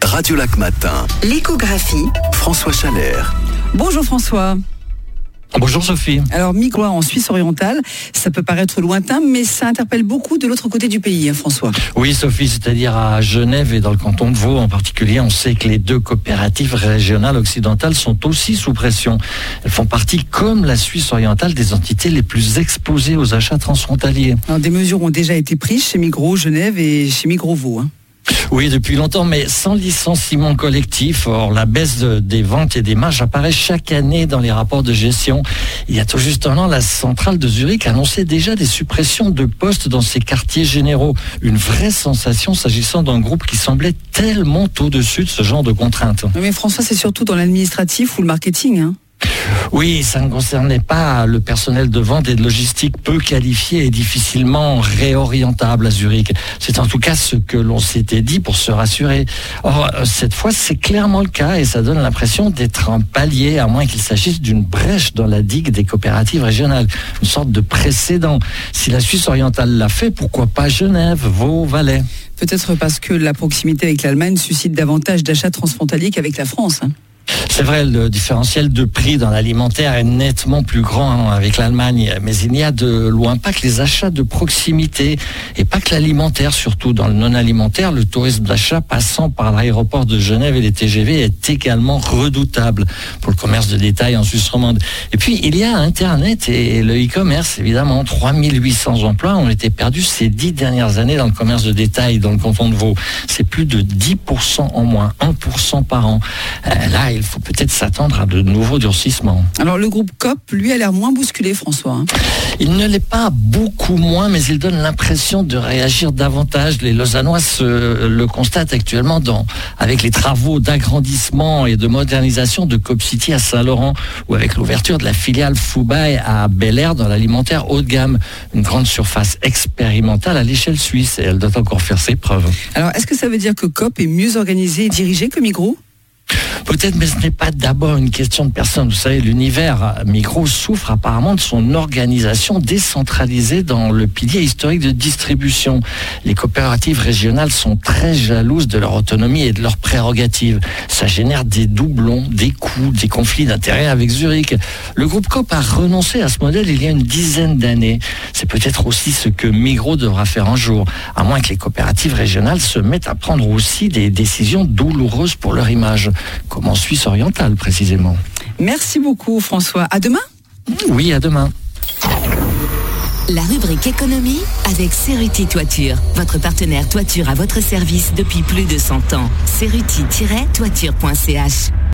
Radio Lac Matin. L'échographie. François Chalère. Bonjour François. Bonjour Sophie. Alors Migros en Suisse orientale, ça peut paraître lointain, mais ça interpelle beaucoup de l'autre côté du pays, François. Oui Sophie, c'est-à-dire à Genève et dans le canton de Vaud en particulier, on sait que les deux coopératives régionales occidentales sont aussi sous pression. Elles font partie, comme la Suisse orientale, des entités les plus exposées aux achats transfrontaliers. Alors, des mesures ont déjà été prises chez Migros Genève et chez Migros Vaud. Oui, depuis longtemps, mais sans licenciement collectif. Or, la baisse des ventes et des marges apparaît chaque année dans les rapports de gestion. Il y a tout juste un an, la centrale de Zurich annonçait déjà des suppressions de postes dans ses quartiers généraux. Une vraie sensation s'agissant d'un groupe qui semblait tellement au-dessus de ce genre de contraintes. Mais François, c'est surtout dans l'administratif ou le marketing. Oui, ça ne concernait pas le personnel de vente et de logistique peu qualifié et difficilement réorientable à Zurich. C'est en tout cas ce que l'on s'était dit pour se rassurer. Or, cette fois, c'est clairement le cas et ça donne l'impression d'être un palier, à moins qu'il s'agisse d'une brèche dans la digue des coopératives régionales. Une sorte de précédent. Si la Suisse orientale l'a fait, pourquoi pas Genève, Vaud, Valais ? Peut-être parce que la proximité avec l'Allemagne suscite davantage d'achats transfrontaliers qu'avec la France. C'est vrai, le différentiel de prix dans l'alimentaire est nettement plus grand avec l'Allemagne, mais il n'y a de loin pas que les achats de proximité et pas que l'alimentaire, surtout dans le non-alimentaire. Le tourisme d'achat passant par l'aéroport de Genève et les TGV est également redoutable pour le commerce de détail en Suisse romande. Et puis, il y a Internet et le e-commerce, évidemment. 3800 emplois ont été perdus ces 10 dernières années dans le commerce de détail dans le canton de Vaud. C'est plus de 10% en moins, 1% par an. Là, il faut peut-être s'attendre à de nouveaux durcissements. Alors le groupe Coop, lui, a l'air moins bousculé, François. Il ne l'est pas beaucoup moins, mais il donne l'impression de réagir davantage. Les Lausannois le constatent actuellement avec les travaux d'agrandissement et de modernisation de Coop City à Saint-Laurent ou avec l'ouverture de la filiale Foubaye à Bel-Air dans l'alimentaire haut de gamme. Une grande surface expérimentale à l'échelle suisse et elle doit encore faire ses preuves. Alors est-ce que ça veut dire que Coop est mieux organisé et dirigé que Migros ? Peut-être, mais ce n'est pas d'abord une question de personne. Vous savez, l'univers Migros souffre apparemment de son organisation décentralisée dans le pilier historique de distribution. Les coopératives régionales sont très jalouses de leur autonomie et de leurs prérogatives. Ça génère des doublons, des coûts, des conflits d'intérêts avec Zurich. Le groupe Coop a renoncé à ce modèle il y a une dizaine d'années. C'est peut-être aussi ce que Migros devra faire un jour, à moins que les coopératives régionales se mettent à prendre aussi des décisions douloureuses pour leur image. Comme en Suisse orientale, précisément. Merci beaucoup, François. À demain ? Oui, à demain. La rubrique économie avec Cerruti Toiture, votre partenaire toiture à votre service depuis plus de 100 ans. Cerruti-toiture.ch